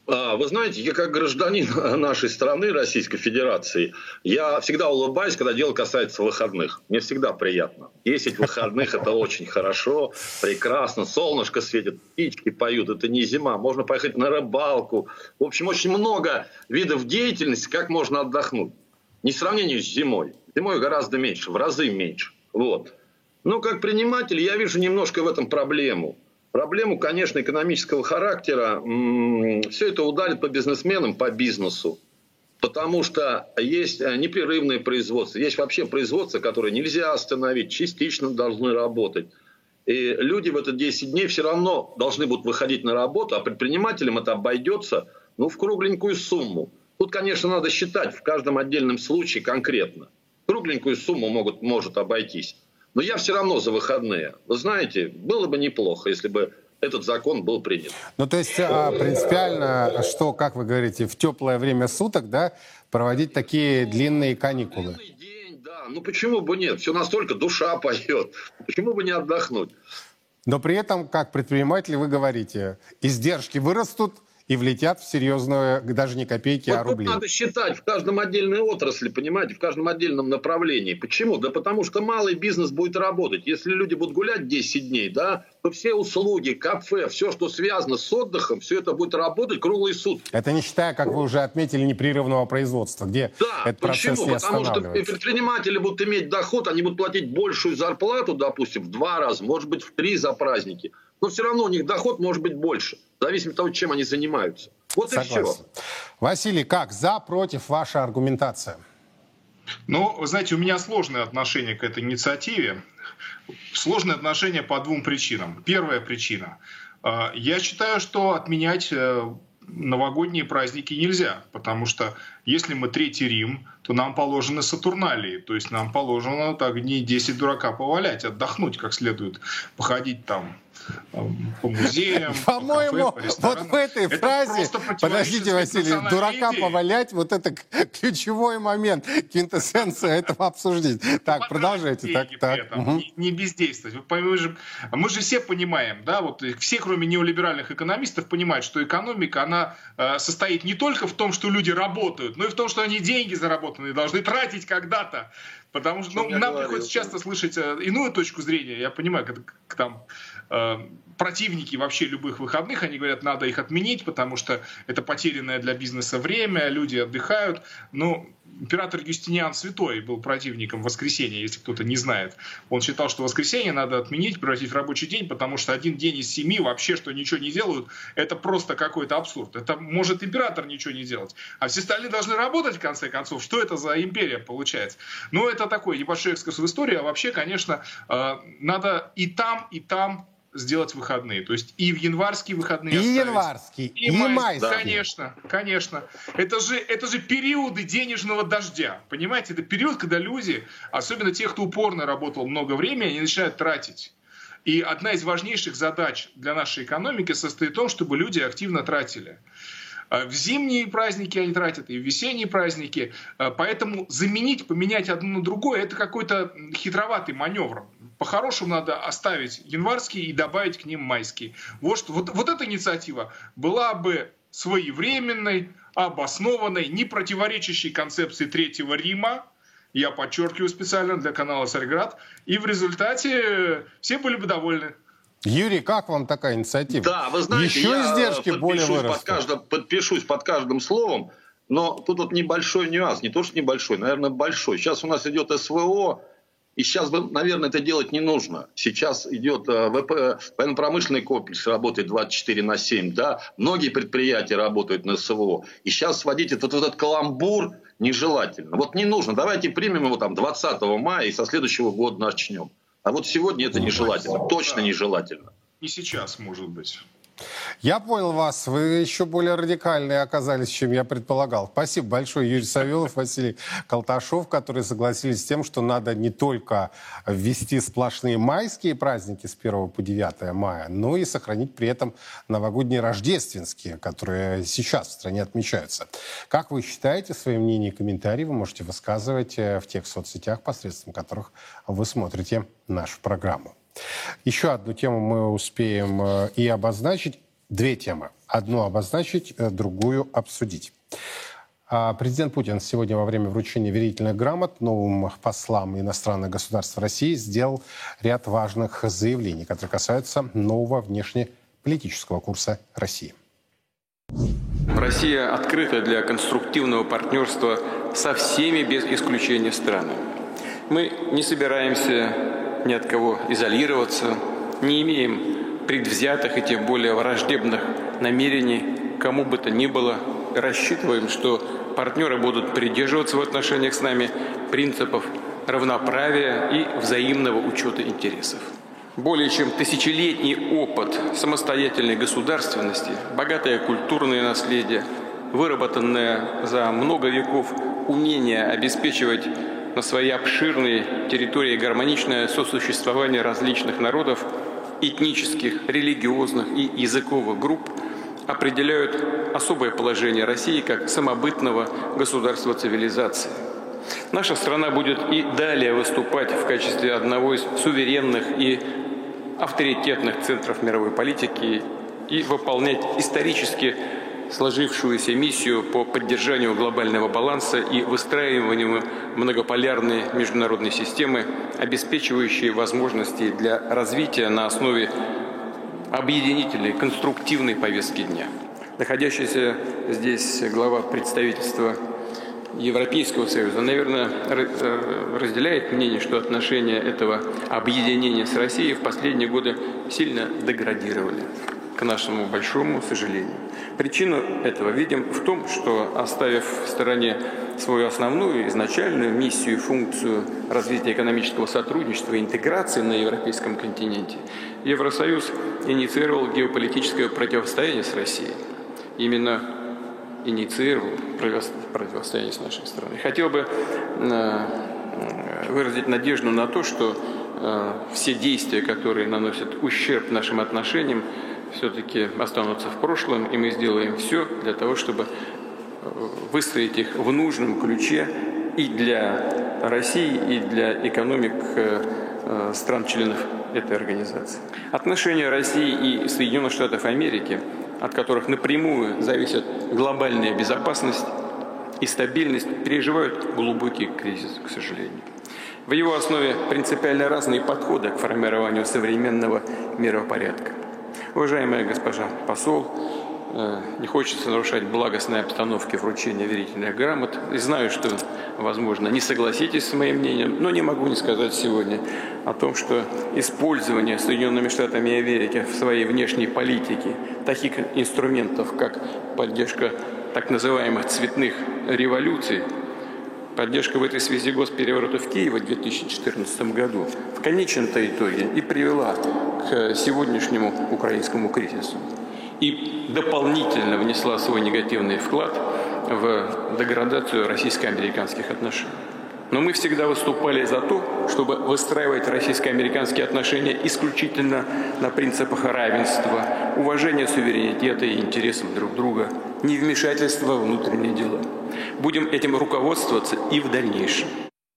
Вы знаете, я как гражданин нашей страны, Российской Федерации, я всегда улыбаюсь, когда дело касается выходных. Мне всегда приятно. 10 выходных – это очень хорошо, прекрасно. Солнышко светит, птички поют. Это не зима. Можно поехать на рыбалку. В общем, очень много видов деятельности, как можно отдохнуть. Не в сравнении с зимой. Зимой гораздо меньше, в разы меньше. Вот. Но как предприниматель я вижу немножко в этом проблему. Проблему, конечно, экономического характера. Все это ударит по бизнесменам, по бизнесу. Потому что есть непрерывное производство. Есть вообще производство, которое нельзя остановить, частично должны работать. И люди в это 10 дней все равно должны будут выходить на работу, а предпринимателям это обойдется в кругленькую сумму. Тут, конечно, надо считать в каждом отдельном случае конкретно. Кругленькую сумму может обойтись. Но я все равно за выходные. Вы знаете, было бы неплохо, если бы этот закон был принят. Ну, то есть принципиально, что, как вы говорите, в теплое время суток, да, проводить такие длинные каникулы? Длинный день, да. Ну, почему бы нет? Все настолько душа поет. Почему бы не отдохнуть? Но при этом, как предприниматель, вы говорите, издержки вырастут и влетят в серьезную, даже не копейки, а рубли. Надо считать в каждом отдельной отрасли, понимаете, в каждом отдельном направлении. Почему? Да потому что малый бизнес будет работать. Если люди будут гулять 10 дней, да, то все услуги, кафе, все, что связано с отдыхом, все это будет работать круглые сутки. Это не считая, как вы уже отметили, непрерывного производства, где этот процесс не останавливается. Потому что предприниматели будут иметь доход, они будут платить большую зарплату, допустим, в 2 раза, может быть, в 3 за праздники. Но все равно у них доход может быть больше, в зависимости от того, чем они занимаются. Вот согласен. И все. Василий, как? За, против, ваша аргументация? Ну, вы знаете, у меня сложное отношение к этой инициативе. Сложное отношение по 2 причинам. Первая причина. Я считаю, что отменять новогодние праздники нельзя, потому что Если мы Третий Рим, то нам положены Сатурналии. То есть нам положено так дней 10 дурака повалять, отдохнуть как следует, походить там по музеям, по-моему, по кафе, по вот в этой фразе, подождите, Василий, дурака повалять, вот это ключевой момент, квинтэссенция этого обсуждения. Так, продолжайте. Не бездействовать. Мы же все понимаем, да, вот все, кроме неолиберальных экономистов, понимают, что экономика, она состоит не только в том, что люди работают, но и в том, что они деньги заработанные должны тратить когда-то. Потому что нам приходится часто слышать иную точку зрения. Я понимаю, как там противники вообще любых выходных, они говорят, надо их отменить, потому что это потерянное для бизнеса время, люди отдыхают. Но император Юстиниан Святой был противником воскресенья, если кто-то не знает. Он считал, что воскресенье надо отменить, превратить в рабочий день, потому что один день из 7 вообще, что ничего не делают, это просто какой-то абсурд. Это может император ничего не делать. А все остальные должны работать, в конце концов. Что это за империя получается? Ну, это такой небольшой экскурс в историю. А вообще, конечно, надо и там сделать выходные. То есть и в январские выходные и оставить. Январские, и майские. Конечно. Это же периоды денежного дождя. Понимаете, это период, когда люди, особенно те, кто упорно работал много времени, они начинают тратить. И одна из важнейших задач для нашей экономики состоит в том, чтобы люди активно тратили. В зимние праздники они тратят, и в весенние праздники. Поэтому поменять одно на другое – это какой-то хитроватый маневр. По-хорошему надо оставить январские и добавить к ним майские. Вот эта инициатива была бы своевременной, обоснованной, не противоречащей концепции Третьего Рима. Я подчеркиваю специально для канала «Царьград». И в результате все были бы довольны. Юрий, как вам такая инициатива? Да, вы знаете, еще издержки более вырастут. Подпишусь под каждым словом, но тут вот небольшой нюанс, не то что небольшой, наверное, большой. Сейчас у нас идет СВО, и сейчас, наверное, это делать не нужно. Сейчас идет военно-промышленный комплекс, работает 24/7, да? Многие предприятия работают на СВО. И сейчас сводить этот каламбур нежелательно. Вот не нужно. Давайте примем его там 20 мая и со следующего года начнем. А вот сегодня это нежелательно, точно нежелательно. И сейчас, может быть. Я понял вас. Вы еще более радикальные оказались, чем я предполагал. Спасибо большое, Юрий Савелов, Василий Колташов, которые согласились с тем, что надо не только ввести сплошные майские праздники с 1 по 9 мая, но и сохранить при этом новогодние рождественские, которые сейчас в стране отмечаются. Как вы считаете, свои мнения и комментарии вы можете высказывать в тех соцсетях, посредством которых вы смотрите нашу программу. Еще одну тему мы успеем и обозначить. Две темы. Одну обозначить, другую обсудить. Президент Путин сегодня во время вручения верительных грамот новым послам иностранных государств России сделал ряд важных заявлений, которые касаются нового внешнеполитического курса России. Россия открыта для конструктивного партнерства со всеми без исключения странами. Мы не собираемся ни от кого изолироваться, не имеем предвзятых и тем более враждебных намерений кому бы то ни было. Рассчитываем, что партнеры будут придерживаться в отношениях с нами принципов равноправия и взаимного учета интересов. Более чем тысячелетний опыт самостоятельной государственности, богатое культурное наследие, выработанное за много веков умение обеспечивать на своей обширной территории гармоничное сосуществование различных народов, этнических, религиозных и языковых групп определяют особое положение России как самобытного государства цивилизации. Наша страна будет и далее выступать в качестве одного из суверенных и авторитетных центров мировой политики и выполнять исторически сложившуюся миссию по поддержанию глобального баланса и выстраиванию многополярной международной системы, обеспечивающей возможности для развития на основе объединительной, конструктивной повестки дня. Находящийся здесь глава представительства Европейского Союза, наверное, разделяет мнение, что отношения этого объединения с Россией в последние годы сильно деградировали, к нашему большому сожалению. Причину этого видим в том, что, оставив в стороне свою основную изначальную миссию и функцию развития экономического сотрудничества и интеграции на европейском континенте, Евросоюз инициировал геополитическое противостояние с Россией. Именно инициировал противостояние с нашей стороны. Хотел бы выразить надежду на то, что все действия, которые наносят ущерб нашим отношениям, все-таки останутся в прошлом, и мы сделаем все для того, чтобы выстроить их в нужном ключе и для России, и для экономик стран-членов этой организации. Отношения России и Соединенных Штатов Америки, от которых напрямую зависит глобальная безопасность и стабильность, переживают глубокий кризис, к сожалению. В его основе принципиально разные подходы к формированию современного миропорядка. Уважаемая госпожа посол, не хочется нарушать благостной обстановки вручения верительных грамот. И знаю, что, возможно, не согласитесь с моим мнением, но не могу не сказать сегодня о том, что использование Соединенными Штатами Америки в своей внешней политике таких инструментов, как поддержка так называемых цветных революций, поддержка в этой связи госпереворота в Киеве в 2014 году в конечном-то итоге и привела к сегодняшнему украинскому кризису. И дополнительно внесла свой негативный вклад в деградацию российско-американских отношений. Но мы всегда выступали за то, чтобы выстраивать российско-американские отношения исключительно на принципах равенства, уважения суверенитета и интересов друг друга, невмешательства во внутренние дела. Будем этим руководствоваться и в дальнейшем.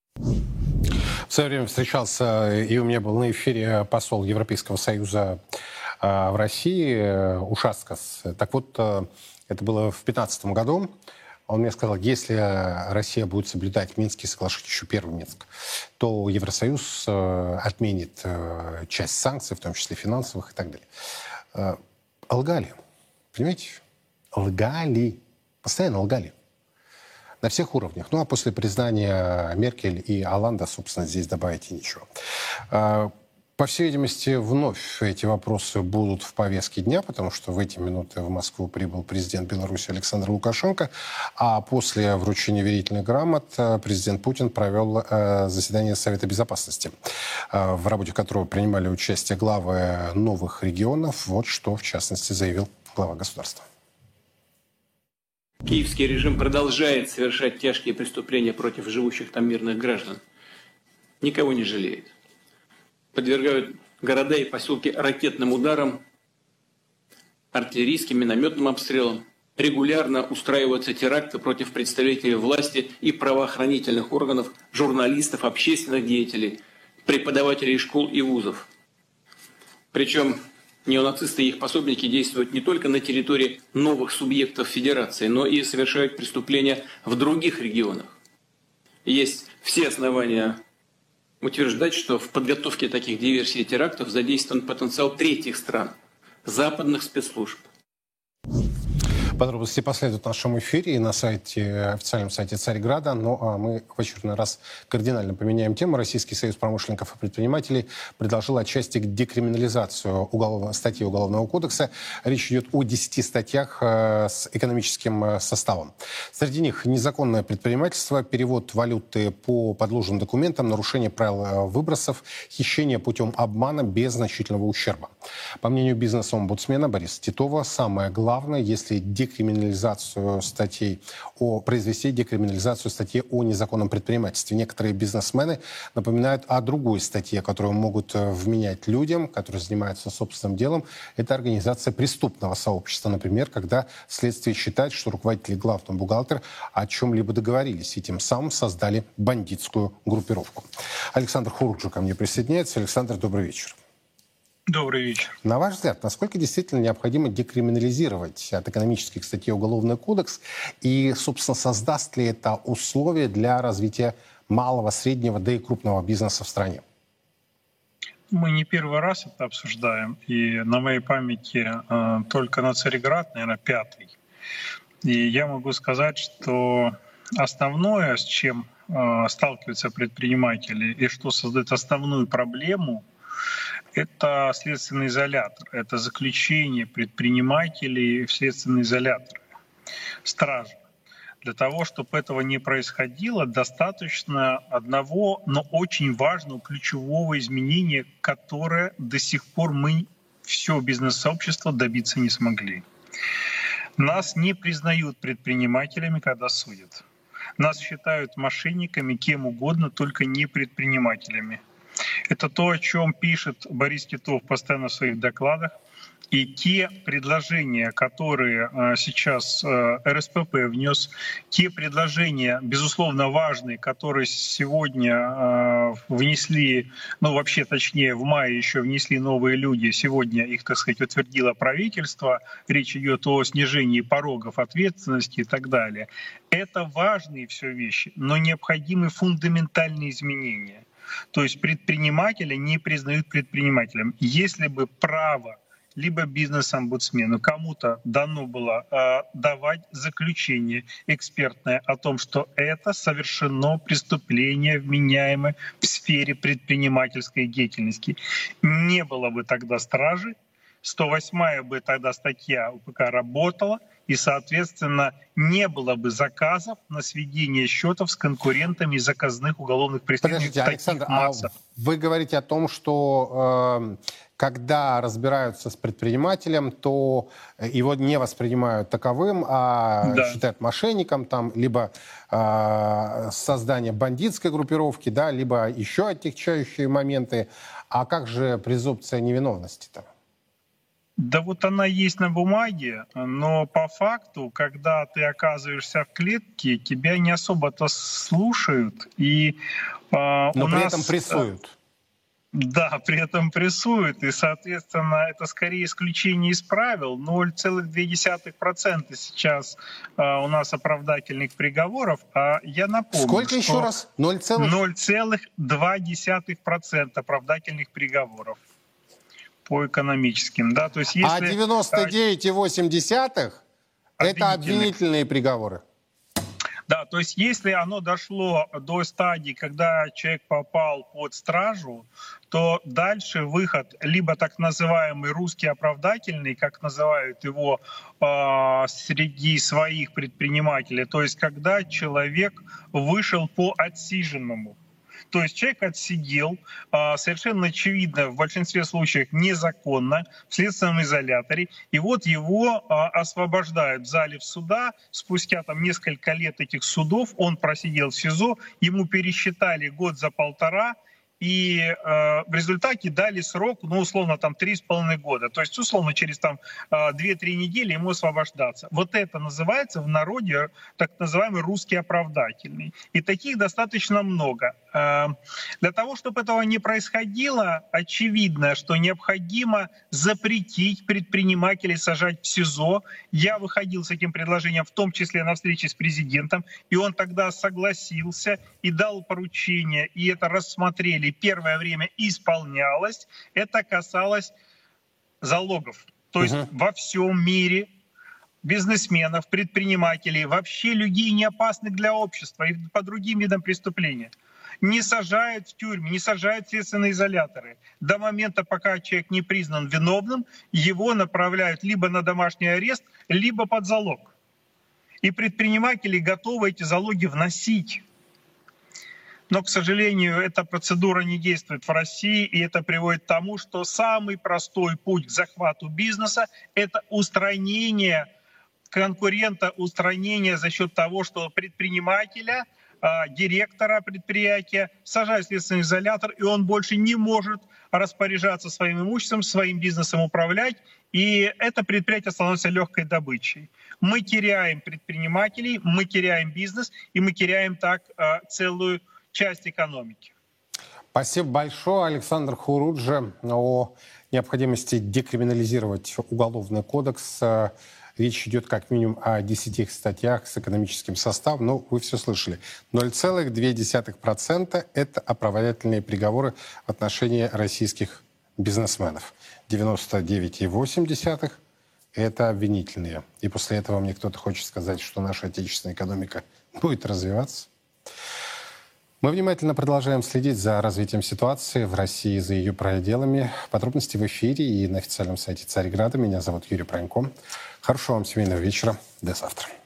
В свое время встречался, и у меня был на эфире посол Европейского Союза в России, Ушаскас. Так вот, это было в 2015 году. Он мне сказал, если Россия будет соблюдать Минские соглашения, еще первый Минск, то Евросоюз отменит часть санкций, в том числе финансовых и так далее. Лгали. Понимаете? Лгали. Постоянно лгали. На всех уровнях. Ну, а после признания Меркель и Олланда, собственно, здесь добавить и ничего. По всей видимости, вновь эти вопросы будут в повестке дня, потому что в эти минуты в Москву прибыл президент Беларуси Александр Лукашенко, а после вручения верительных грамот президент Путин провел заседание Совета Безопасности, в работе которого принимали участие главы новых регионов. Вот что, в частности, заявил глава государства. Киевский режим продолжает совершать тяжкие преступления против живущих там мирных граждан. Никого не жалеет. Подвергают города и поселки ракетным ударам, артиллерийским, минометным обстрелам. Регулярно устраиваются теракты против представителей власти и правоохранительных органов, журналистов, общественных деятелей, преподавателей школ и вузов. Причем неонацисты и их пособники действуют не только на территории новых субъектов Федерации, но и совершают преступления в других регионах. Есть все основания утверждать, что в подготовке таких диверсий и терактов задействован потенциал третьих стран, западных спецслужб. Подробности последуют в нашем эфире и на официальном сайте Царьграда. Но мы в очередной раз кардинально поменяем тему. Российский союз промышленников и предпринимателей предложил отчасти декриминализацию статьи Уголовного кодекса. Речь идет о 10 статьях с экономическим составом. Среди них незаконное предпринимательство, перевод валюты по подложным документам, нарушение правил выбросов, хищение путем обмана без значительного ущерба. По мнению бизнес-омбудсмена Бориса Титова, самое главное, если произвести декриминализацию статьи о незаконном предпринимательстве. Некоторые бизнесмены напоминают о другой статье, которую могут вменять людям, которые занимаются собственным делом. Это организация преступного сообщества. Например, когда следствие считает, что руководитель и главный бухгалтер о чем-либо договорились и тем самым создали бандитскую группировку. Александр Хуруджи ко мне присоединяется. Александр, добрый вечер. Добрый вечер. На ваш взгляд, насколько действительно необходимо декриминализировать от экономических статей Уголовный кодекс и, собственно, создаст ли это условия для развития малого, среднего, да и крупного бизнеса в стране? Мы не первый раз это обсуждаем, и на моей памяти только на Царьград, наверное, 5-й. И я могу сказать, что основное, с чем сталкиваются предприниматели и что создает основную проблему, это следственный изолятор, это заключение предпринимателей в следственный изолятор, стражи. Для того, чтобы этого не происходило, достаточно одного, но очень важного ключевого изменения, которое до сих пор мы, все бизнес-сообщество, добиться не смогли. Нас не признают предпринимателями, когда судят. Нас считают мошенниками, кем угодно, только не предпринимателями. Это то, о чем пишет Борис Титов постоянно в своих докладах. И те предложения, которые сейчас РСПП внес, те предложения, безусловно, важные, которые сегодня внесли, ну вообще точнее в мае еще внесли новые люди, сегодня их, так сказать, утвердило правительство, речь идет о снижении порогов ответственности и так далее. Это важные все вещи, но необходимы фундаментальные изменения. То есть предпринимателя не признают предпринимателем. Если бы право либо бизнес-омбудсмену кому-то дано было давать заключение экспертное о том, что это совершено преступление, вменяемое в сфере предпринимательской деятельности. Не было бы тогда стражи, 108-я бы тогда статья УПК работала, и, соответственно, не было бы заказов на сведение счетов с конкурентами заказных уголовных преступлений. Подождите, Александр, а вы говорите о том, что когда разбираются с предпринимателем, то его не воспринимают таковым, а считают мошенником, там, либо создание бандитской группировки, да, либо еще отягчающие моменты. А как же презумпция невиновности-то? Да вот она есть на бумаге, но по факту, когда ты оказываешься в клетке, тебя не особо-то слушают. И, но при этом прессуют. Да, при этом прессуют, и, соответственно, это скорее исключение из правил. 0,2% сейчас у нас оправдательных приговоров, а я напомню, сколько еще раз? 0,2% оправдательных приговоров по экономическим. Да? То есть если... А 99,8% это обвинительные приговоры. Да, то есть если оно дошло до стадии, когда человек попал под стражу, то дальше выход либо так называемый русский оправдательный, как называют его среди своих предпринимателей, то есть когда человек вышел по отсиженному. То есть человек отсидел, совершенно очевидно, в большинстве случаев незаконно, в следственном изоляторе, и вот его освобождают в зале суда. Спустя там несколько лет этих судов он просидел в СИЗО, ему пересчитали год за 1,5, и в результате дали срок, ну, условно, там 3,5 года. То есть, условно, через там 2-3 недели ему освобождаться. Вот это называется в народе так называемый русский оправдательный. И таких достаточно много. Для того, чтобы этого не происходило, очевидно, что необходимо запретить предпринимателей сажать в СИЗО. Я выходил с этим предложением, в том числе на встрече с президентом, и он тогда согласился и дал поручение, и это рассмотрели. Первое время исполнялось. Это касалось залогов. То есть во всем мире бизнесменов, предпринимателей, вообще людей не опасных для общества и по другим видам преступления не сажают в тюрьмы, не сажают в следственные изоляторы. До момента, пока человек не признан виновным, его направляют либо на домашний арест, либо под залог. И предприниматели готовы эти залоги вносить. Но, к сожалению, эта процедура не действует в России, и это приводит к тому, что самый простой путь к захвату бизнеса — это устранение конкурента, устранение за счет того, что предпринимателя, директора предприятия сажают в следственный изолятор, и он больше не может распоряжаться своим имуществом, своим бизнесом управлять, и это предприятие становится легкой добычей. Мы теряем предпринимателей, мы теряем бизнес, и мы теряем так целую часть экономики. Спасибо большое, Александр Хуруджи, о необходимости декриминализировать Уголовный кодекс. Речь идет как минимум о 10 статьях с экономическим составом. Но вы все слышали. 0,2% — это оправдательные приговоры в отношении российских бизнесменов. 99,8% — это обвинительные. И после этого мне кто-то хочет сказать, что наша отечественная экономика будет развиваться. Мы внимательно продолжаем следить за развитием ситуации в России, за ее пределами. Подробности в эфире и на официальном сайте Царьграда. Меня зовут Юрий Пронько. Хорошего вам семейного вечера. До завтра.